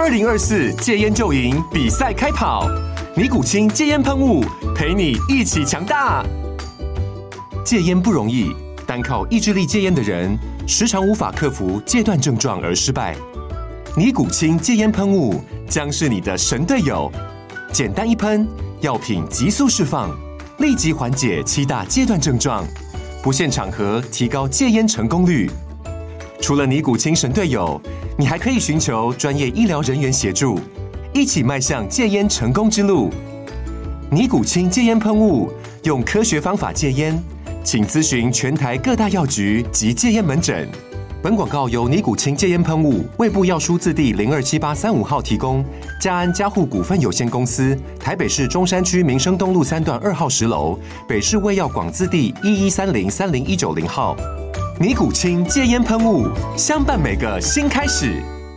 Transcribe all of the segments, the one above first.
2024戒烟就赢比赛开跑，尼古清戒烟喷雾陪你一起强大。戒烟不容易，单靠意志力戒烟的人，时常无法克服戒断症状而失败。尼古清戒烟喷雾将是你的神队友，简单一喷，药品急速释放，立即缓解7大戒断症状，不限场合提高戒烟成功率。除了尼古清神队友，你还可以寻求专业医疗人员协助，一起迈向戒烟成功之路。尼古清戒烟喷雾，用科学方法戒烟，请咨询全台各大药局及戒烟门诊。本广告由尼古清戒烟喷雾、卫部药书字第027835号提供，嘉安嘉护股份有限公司，台北市中山区民生东路3段2号10楼，北市卫药广字第1130-30190号。尼古清戒烟喷雾，相伴每个新开始。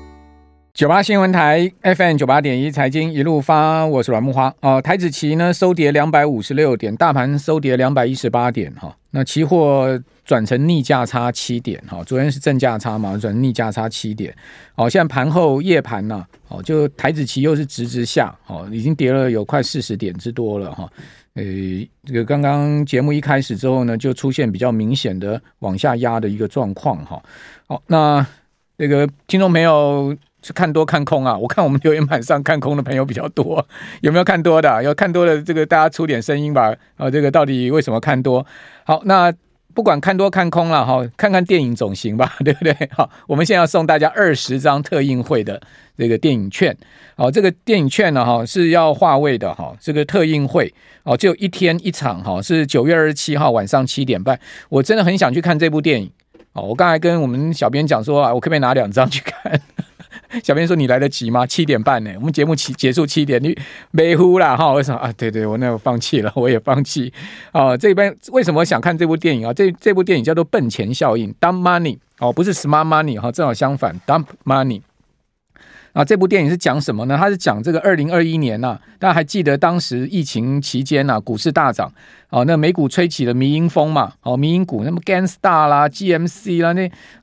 98新闻台 FM 98.1财经一路发，我是阮木花。台指期呢收跌256点，大盘收跌218点哈。那期货转成逆价差7点哈，昨天是正价差嘛，转成逆价差7点。现在盘后夜盘呐，就台指期又是直下，已经跌了有快40点之多了哈。这个刚刚节目一开始之后呢，就出现比较明显的往下压的一个状况哈。好，那这个听众朋友是看多看空啊？我看我们留言板上看空的朋友比较多，有没有看多的啊？有看多的，这个大家出点声音吧。这个到底为什么看多？好，那不管看多看空啦，看看电影总行吧，对不对？好，我们现在要送大家20张特映会的这个电影券。好，这个电影券呢，是要划位的哈。这个特映会就一天一场哈，是9月27号晚上7点半。我真的很想去看这部电影。我刚才跟我们小编讲说我可不可以拿2张去看？小编说你来得及吗？7点半呢，我们节目结束7点，你没呼啦哈？为什么啊？对，我放弃了，我也放弃。这边为什么想看这部电影啊？这部电影叫做笨钱效应 ，Dumb Money 不是 Smart Money 正好相反 ，Dumb Money。这部电影是讲什么呢？它是讲这个2021年大家还记得当时疫情期间股市大涨，那美股吹起了迷因风嘛，迷因股，那么 GameStar 啦、GMC 啦，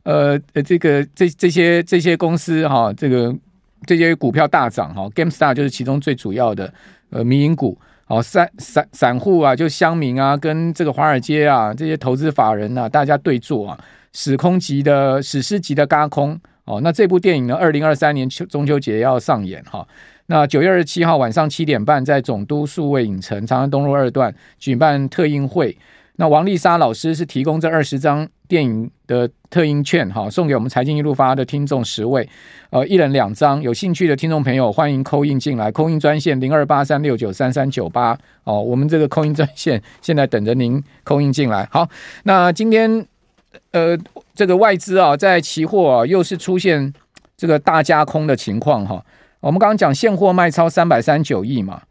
这些公司这些股票大涨，GameStar 就是其中最主要的迷因股。散户就乡民跟这个华尔街这些投资法人大家对坐史诗级的軋空。那这部电影呢，2023年中秋节要上演哈。那9月27号晚上7点半，在总督数位影城长安东路2段举办特映会。那王丽莎老师是提供这20张电影的特映券送给我们财经一路发的听众10位，一人2张。有兴趣的听众朋友欢迎call in进来，call in专线0283693398。我们这个call in专线现在等着您call in进来。好，那今天这个外资在期货又是出现这个大加空的情况哈。我们刚刚讲现货卖超339亿嘛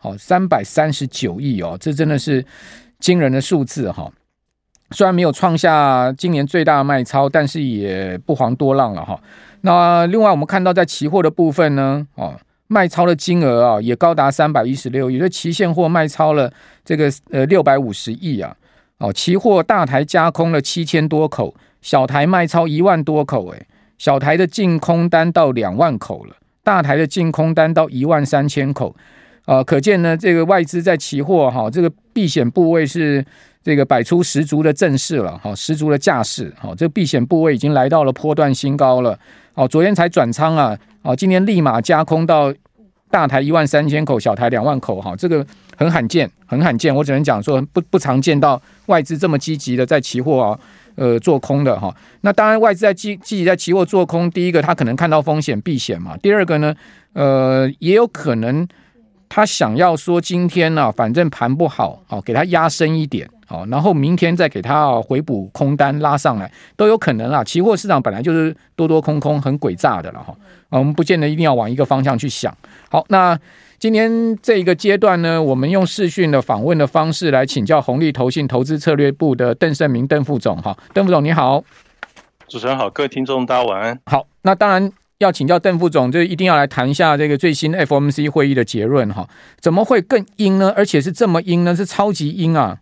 ，339亿这真的是惊人的数字哈。虽然没有创下今年最大的卖超，但是也不遑多让了哈。那另外我们看到在期货的部分呢，卖超的金额也高达316亿，所以期现货卖超了这个650亿啊。期货大台加空了7000多口，小台卖超1万多口，小台的净空单到2万口了，大台的净空单到13000口。可见呢，这个外资在期货这个避险部位是这个摆出十足的阵势了，十足的架势，这个避险部位已经来到了波段新高了。昨天才转仓今天立马加空到大台13000口，小台2万口，这个很罕见，很罕见。我只能讲说不常见到外资这么积极的在期货做空的哈。那当然外资积极在期货做空，第一个他可能看到风险避险嘛，第二个呢也有可能他想要说今天反正盘不好，给他压深一点，然后明天再给他回补空单拉上来都有可能啦。期货市场本来就是多多空空很诡诈的了哈，我们不见得一定要往一个方向去想。好，那今天这一个阶段呢，我们用视讯的访问的方式来请教宏利投信投资策略部的邓胜明邓副总哈。邓副总你好。 主持人好，各位听众大家晚安。 好，那当然要请教邓副总，就一定要来谈一下这个最新 FOMC 会议的结论哈。怎么会更鹰呢？而且是这么鹰呢？是超级鹰啊！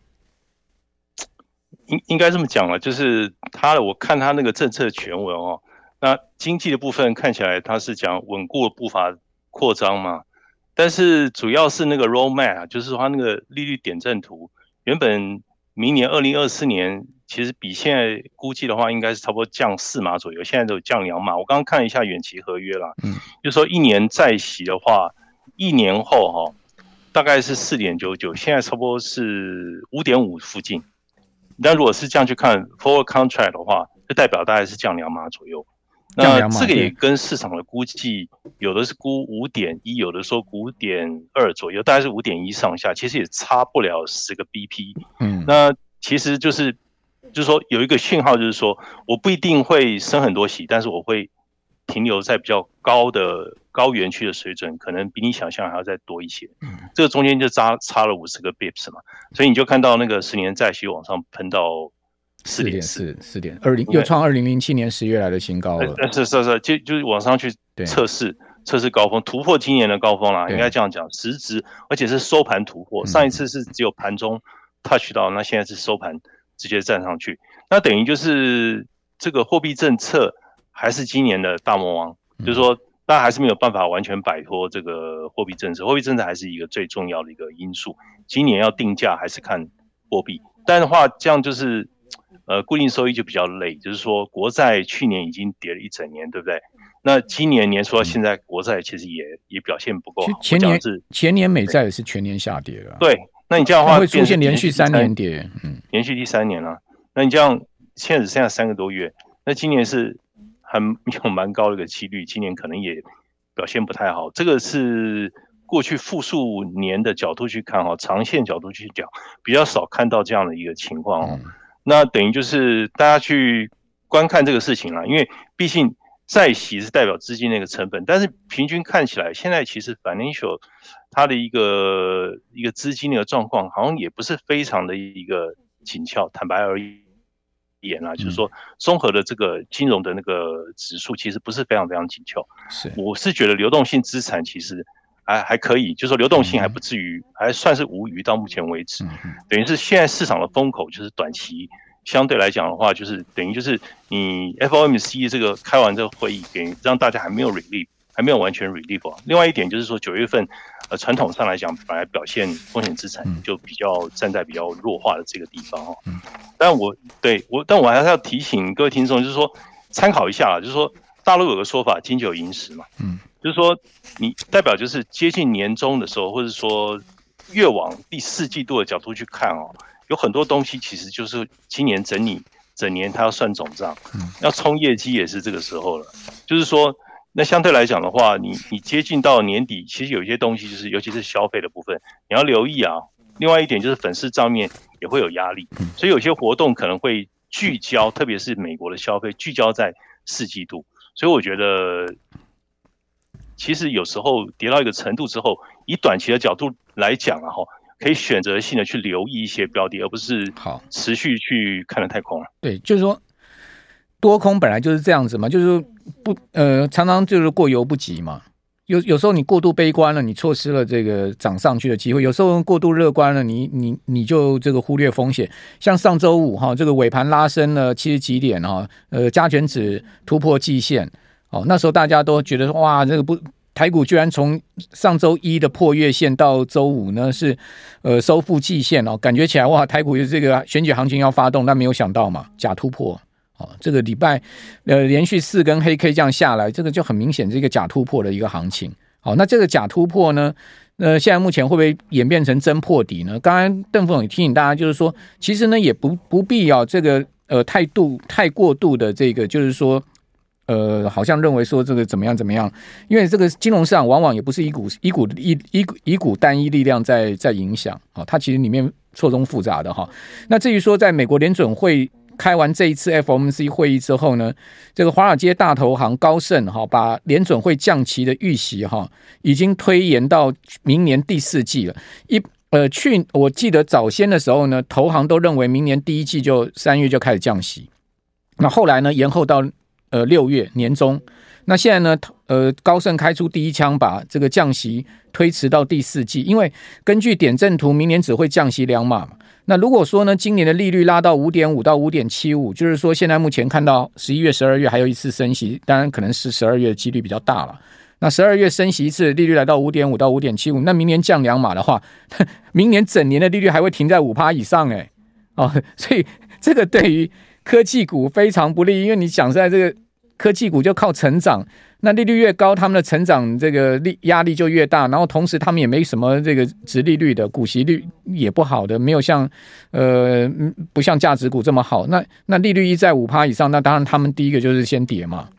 应该这么讲了，就是我看他那个政策全文那经济的部分看起来他是讲稳固的步伐扩张嘛，但是主要是那个 roadmap 就是说它那个利率点阵图，原本明年2024年其实比现在估计的话，应该是差不多降4码左右，现在都有降2码。我刚刚看了一下远期合约啦，就是说1年债息的话，1年后大概是4.99，现在差不多是5.5附近。但如果是这样去看 forward contract 的话，就代表大概是降2码左右。那这个也跟市场的估计，有的是估5.1，有的说5.2左右，大概是5.1上下，其实也差不了10个 BP。那其实就是说有一个讯号，就是说我不一定会升很多息，但是我会停留在比较高的高原区的水准，可能比你想象还要再多一些。这个中间就差了50个 bips 嘛，所以你就看到那个10年债息往上喷到4.4， 又创2007年10月来的新高了。 是，就是往上去测试高峰，突破今年的高峰啦，应该这样讲，实质而且是收盘突破。上一次是只有盘中 touch 到，那现在是收盘直接站上去，那等于就是这个货币政策还是今年的大魔王，就是说大家还是没有办法完全摆脱这个货币政策，货币政策还是一个最重要的一个因素。今年要定价还是看货币，但的话这样就是固定收益就比较累，就是说国债去年已经跌了一整年，对不对？那今年年初到现在国债其实也表现不够好， 前年美债也是全年下跌了。 对，那你这样的话会出现连续3年跌， 连续第3年了。那你这样现在只剩下3个多月，那今年是还有蛮高的一个几率，今年可能也表现不太好。这个是过去复数年的角度去看长线角度去讲，比较少看到这样的一个情况那等于就是大家去观看这个事情啦，因为毕竟债息是代表资金的一个成本，但是平均看起来，现在其实 financial 它的一个资金的一个状况，好像也不是非常的一个紧俏。坦白而言就是说综合的这个金融的那个指数，其实不是非常非常紧俏。我是觉得流动性资产其实还可以，就是说流动性还不至于，还算是无虞到目前为止。等于是现在市场的风口就是短期。相对来讲的话，就是等于就是你 FOMC 这个开完这个会议，让大家还没有 relief， 还没有完全 relief。另外一点就是说9月份，传统上来讲，本来表现风险资产就比较站在比较弱化的这个地方但我还是要提醒各位听众，就是说参考一下啦，就是说大陆有个说法，金九银十嘛，就是说你代表就是接近年终的时候，或者说越往第4季度的角度去看有很多东西其实就是今年整年它要算总账，要冲业绩也是这个时候了。就是说，那相对来讲的话，你接近到年底，其实有一些东西就是尤其是消费的部分，你要留意另外一点就是粉饰账面也会有压力，所以有些活动可能会聚焦，特别是美国的消费聚焦在4季度。所以我觉得，其实有时候跌到一个程度之后，以短期的角度来讲可以选择性的去留意一些标的，而不是持续去看得太空了。 对，就是说多空本来就是这样子嘛，就是常常就是过犹不及嘛。有时候你过度悲观了，你错失了这个涨上去的机会；有时候过度乐观了，你就这个忽略风险。像上周五这个尾盘拉升了70几点加权指突破季线那时候大家都觉得哇，这个台股居然从上周一的破月线到周五呢是收复季线感觉起来哇，台股这个选举行情要发动，但没有想到嘛，假突破这个礼拜连续4根黑 K 这样下来，这个就很明显是一个假突破的一个行情。那这个假突破呢现在目前会不会演变成真破底呢？刚才邓副总也提醒大家，就是说其实呢也不必这个太过度的这个就是说好像认为说这个怎么样，因为这个金融市场往往也不是一股单一力量在影响它其实里面错综复杂的那至于说在美国联准会开完这一次 FOMC 会议之后呢，这个华尔街大投行高盛把联准会降息的预期已经推延到明年第4季了。我记得早先的时候呢，投行都认为明年第1季就3月就开始降息，那后来呢延后到6月年中，那现在呢高盛开出第一枪，把这个降息推迟到第4季，因为根据点阵图明年只会降息2码嘛。那如果说呢今年的利率拉到 5.5 到 5.75， 就是说现在目前看到11月12月还有一次升息，当然可能是12月的几率比较大了。 那12月升息一次，利率来到 5.5 到 5.75， 那明年降2码的话，明年整年的利率还会停在 5% 以上所以这个对于科技股非常不利，因为你想在这个科技股就靠成长，那利率越高，他们的成长这个压力就越大，然后同时他们也没什么这个殖利率的，股息率也不好的，没有像不像价值股这么好。那利率一在 5% 以上，那当然他们第一个就是先跌嘛。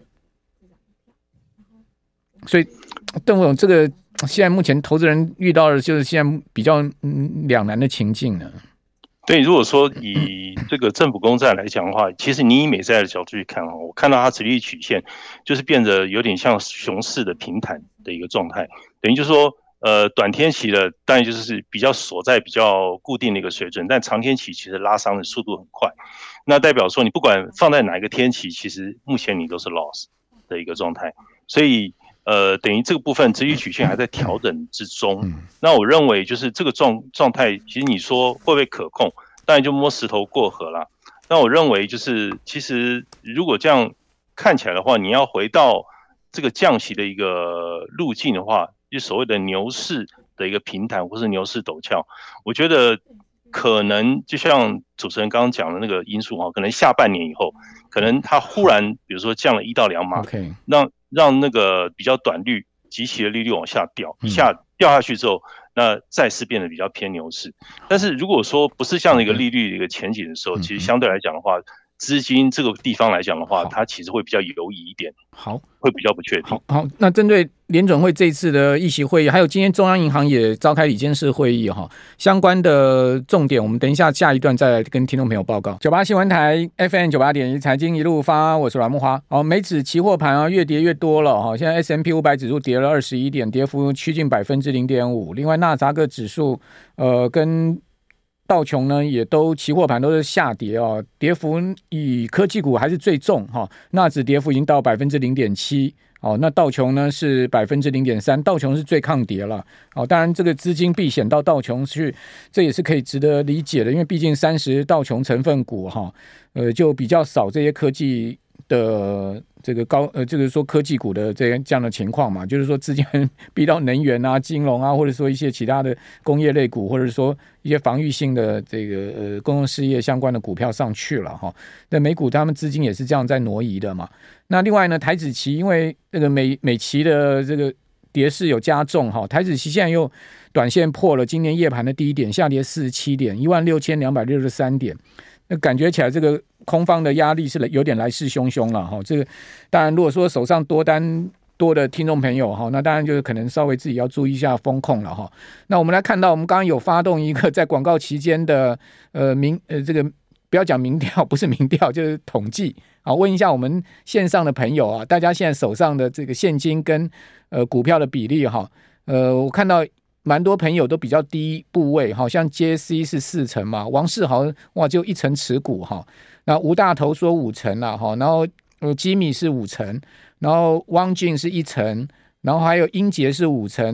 所以邓副总，这个现在目前投资人遇到的就是现在比较两难的情境呢。 对，如果说以这个政府公债来讲的话，其实你以美债的角度去看我看到它殖利率曲线就是变得有点像熊市的平坦的一个状态，等于就是说，短天期的当然就是比较锁在比较固定的一个水准，但长天期其实拉伤的速度很快，那代表说你不管放在哪一个天期，其实目前你都是 loss 的一个状态，所以等于这个部分殖利率曲线还在调整之中。那我认为就是这个状态，其实你说会不会可控，当然就摸石头过河啦。那我认为就是其实如果这样看起来的话，你要回到这个降息的一个路径的话，就所谓的牛市的一个平坦或是牛市陡峭，我觉得可能就像主持人刚刚讲的那个因素可能下半年以后，可能它忽然比如说降了1到2码，让那个比较短率极其的利率往下掉，掉下去之后，那债市变得比较偏牛市。但是如果说不是像一个利率的一个前景的时候，其实相对来讲的话，资金这个地方来讲的话，它其实会比较犹疑一点， 好， 会比较不确定。 好，那针对联准会这一次的议息会议，还有今天中央银行也召开理监事会议相关的重点，我们等一下下一段再来跟听众朋友报告。98新闻台 FM 98.1财经一路发，我是阮慕骅。美指期货盘越跌越多了现在 S&P 500指数跌了21点，跌幅趋近 0.5%。另外纳斯达克指数跟道琼呢也都期货盘都是下跌跌幅以科技股还是最重纳指跌幅已经到 0.7%。那道琼呢是 0.3%， 道琼是最抗跌了当然这个资金避险到道琼去，这也是可以值得理解的，因为毕竟30道琼成分股就比较少这些科技的这个这个说科技股的这样的情况嘛，就是说资金逼到能源啊、金融啊，或者说一些其他的工业类股，或者说一些防御性的这个公用事业相关的股票上去了那美股他们资金也是这样在挪移的嘛。那另外呢，台指期因为这个美期的这个跌势有加重台指期现在又短线破了今年夜盘的低点，下跌47点，16263点。那感觉起来这个空方的压力是有点来势汹汹了这个当然如果说手上多单多的听众朋友那当然就是可能稍微自己要注意一下风控了那我们来看到我们刚刚有发动一个在广告期间的这个不要讲民调，不是民调就是统计问一下我们线上的朋友大家现在手上的这个现金跟股票的比例我看到蛮多朋友都比较低部位像 JC 是4成嘛，王世豪就1成持股那吴大头说5成啦然后基米是5成，然后汪俊是1成，然后还有英杰是5成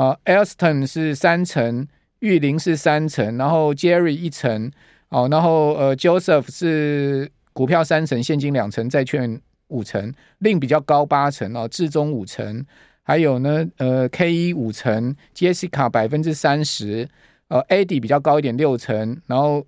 Elston 是3成，玉林是3成，然后 Jerry 1成然后Joseph 是股票3成，现金2成，债券5成，令比较高8成志忠5成，还有呢K1 5成， Jessica 30%Eddie 比较高一点6成，然后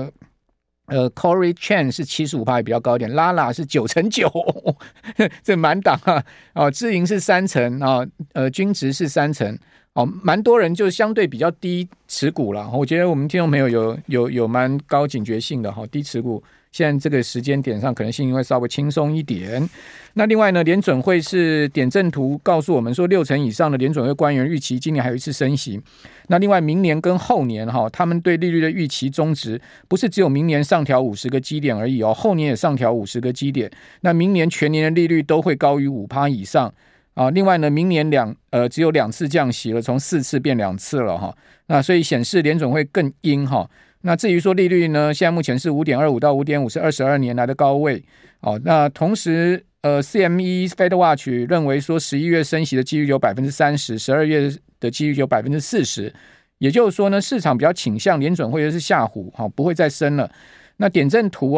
Corey Chen 是 75% 比较高一点， Lala 是9.9%这满档智盈是3成均值是3成蛮多人就相对比较低持股了，我觉得我们听众朋友有蛮高警觉性的低持股现在这个时间点上可能性会稍微轻松一点。那另外呢，联准会是点阵图告诉我们说，6成以上的联准会官员预期今年还有一次升息。那另外明年跟后年他们对利率的预期中值不是只有明年上调50个基点而已后年也上调50个基点。那明年全年的利率都会高于 5% 以上另外呢，明年只有2次降息了，从4次变2次了那所以显示联准会更鹰那至于说利率呢，现在目前是 5.25 到 5.5 是22年来的高位那同时CME Fed Watch 认为说11月升息的几率有 30%， 12月的几率有 40%， 也就是说呢，市场比较倾向联准会是下唬不会再升了。那点阵图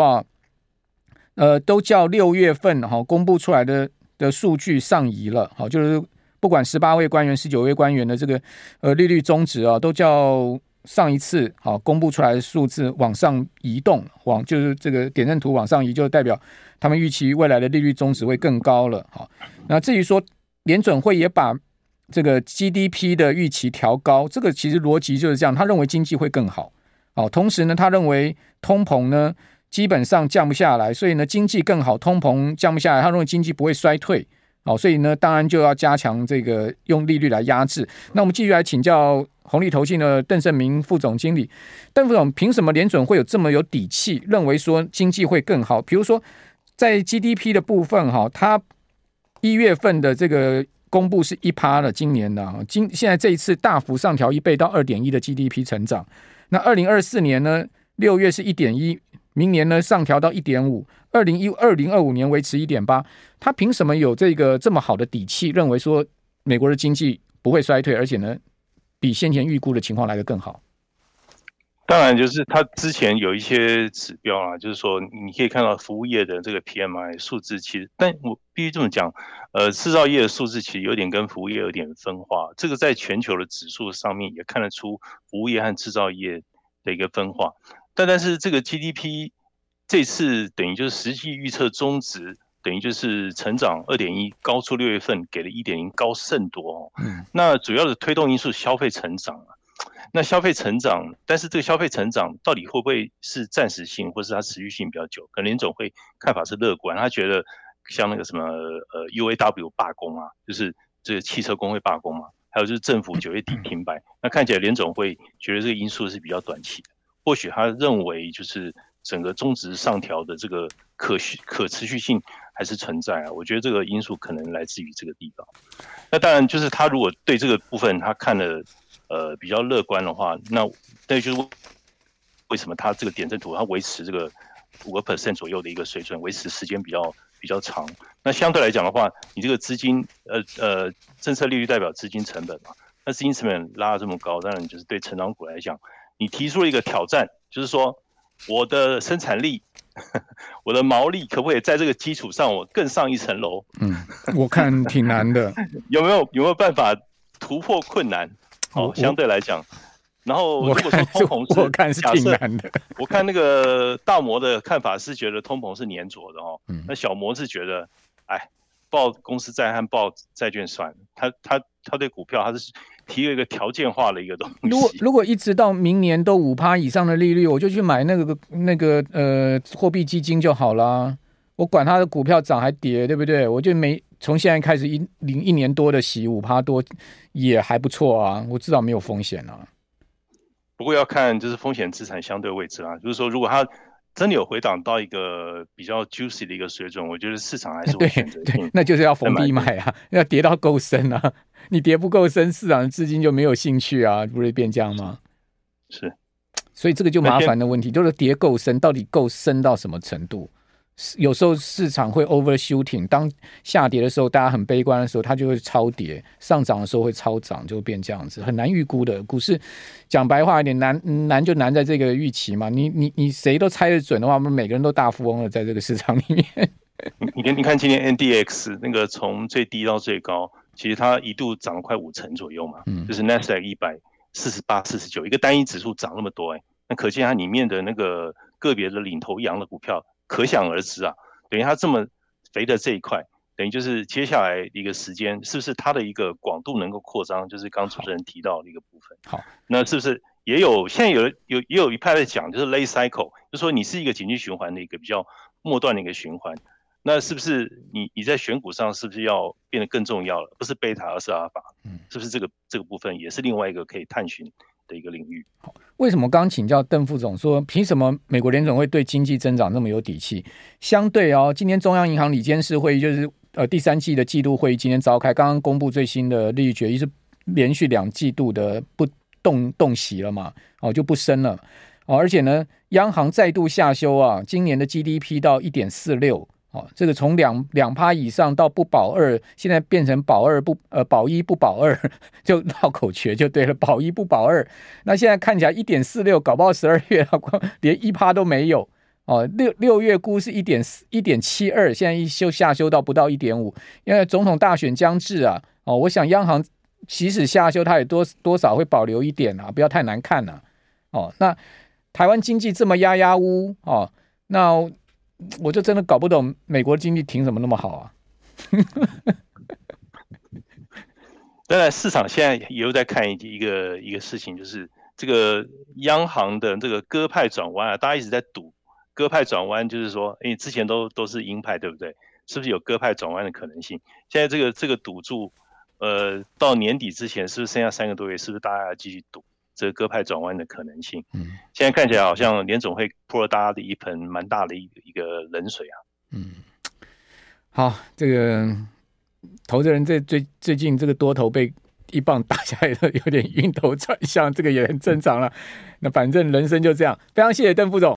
都叫6月份公布出来的数据上移了就是不不管18位官员、19位官员的这个利率中值啊，都较上一次公布出来的数字往上移动，就是这个点阵图往上移，就代表他们预期未来的利率中值会更高了。那至于说联准会也把这个 GDP 的预期调高，这个其实逻辑就是这样，他认为经济会更好。同时呢，他认为通膨呢基本上降不下来，所以呢经济更好，通膨降不下来，他认为经济不会衰退。所以呢当然就要加强这个用利率来压制。那我们继续来请教宏利投信的邓胜明副总经理。邓副总，凭什么联准会有这么有底气认为说经济会更好？比如说在 GDP 的部分它1月份的这个公布是 1% 了，今年的现在这一次大幅上调1倍到 2.1 的 GDP 成长。那2024年呢6月是 1.1， 明年呢上调到 1.5， 2025年维持 1.8。 他凭什么有这么好的底气认为说美国的经济不会衰退，而且呢比先前预估的情况来得更好？ 当然就是他之前有一些指标啦，就是说你可以看到服务业的这个 PMI 数字，其实但我必须这么讲，制造业的数字其实有点跟服务业有点分化，这个在全球的指数上面也看得出服务业和制造业的一个分化。但是这个 GDP 这次等于就是实际预测中值，等于就是成长 2.1， 高出6月份给了 1.0， 高甚多。那主要的推动因素是消费成长。那消费成长，但是这个消费成长到底会不会是暂时性，或是它持续性比较久？可能联总会看法是乐观，他觉得像那个什么UAW 罢工啊，就是这个汽车工会罢工嘛，还有就是政府9月底停摆，那看起来联总会觉得这个因素是比较短期的，或许他认为就是整个中值上调的这个可持续性还是存在啊。我觉得这个因素可能来自于这个地方。那当然就是他如果对这个部分他看了比较乐观的话，那就是为什么他这个点阵图它维持这个5% 左右的一个水准，维持时间比较长。那相对来讲的话，你这个资金政策利率代表资金成本嘛，那资金成本拉得这么高，当然就是对成长股来讲，你提出了一个挑战，就是说我的生产力我的毛利可不可以在这个基础上我更上一层楼？ 我看挺难的。 有没有办法突破困难？相对来讲，然后如果说通膨是， 我看是挺难的。 我看那个大摩的看法是觉得通膨是黏着的那小摩是觉得，报公司债和报债券算了，他对股票他是提了一个条件化的一个东西。 如果一直到明年都 5% 以上的利率，我就去买那个货币基金就好啦，我管它的股票涨还跌，对不对？我就从现在开始一年多的息 5% 多也还不错啊，我至少没有风险啊。 不过要看就是风险资产相对位置啦，就是说如果它真的有回档到一个比较 juicy 的一个水准，我觉得市场还是会选择对，那就是要逢低买啊，要跌到够深啊，你跌不够深，市场的资金就没有兴趣啊，不会变这样吗？ 是， 所以这个就麻烦的问题，就是跌够深，到底够深到什么程度？有时候市场会 overshooting， 当下跌的时候大家很悲观的时候它就会超跌，上涨的时候会超涨，就会变这样子，很难预估的。股市讲白话一点，难就难在这个预期嘛，你谁都猜得准的话，我们每个人都大富翁了，在这个市场里面。 你看今天 NDX 那个从最低到最高，其实它一度涨了快5%左右嘛，就是 Nasdaq 148、49，一个单一指数涨那么多那可见它里面的那个个别的领头羊的股票可想而知啊，等于它这么肥的这一块，等于就是接下来一个时间，是不是它的一个广度能够扩张？就是刚主持人提到的一个部分。 好， 那是不是也有现在也有一派在讲，就是 late cycle， 就是说你是一个景气循环的一个比较末段的一个循环。那是不是你在选股上是不是要变得更重要了？不是贝塔而是阿尔法，是不是这个部分也是另外一个可以探寻的一个领域？ 为什么刚刚请教邓副总说，凭什么美国联总会对经济增长那么有底气？相对今天中央银行理监事会议就是第3季的季度会议今天召开，刚刚公布最新的利率决议是连续2季度的不动息了嘛，就不升了而且呢，央行再度下修今年的 GDP 到 1.46。这个从2% 以上到不保2，现在变成保1不保2，就绕口诀就对了，保1不保2。那现在看起来 1.46， 搞不好12月连 1% 都没有6月估是 1.72， 现在下修到不到 1.5， 因为总统大选将至哦，我想央行即使下修，它也多少会保留一点啊，不要太难看啊。哦，那台湾经济这么压压乌哦，那我就真的搞不懂美国经济挺什么那么好啊。 当然，市场现在也有在看一个事情，就是这个央行的这个鸽派转弯啊，大家一直在赌鸽派转弯，就是说，之前都是鹰派，对不对？是不是有鸽派转弯的可能性？现在这个赌注，到年底之前是不是剩下3个多月？是不是大家要继续赌这个鸽派转弯的可能性？现在看起来好像联总会泼了大家的一盆蛮大的一个冷水啊。 好，这个投资人最近这个多头被一棒打下来的有点晕头转向，这个也很正常了。那反正人生就这样，非常谢谢邓副总。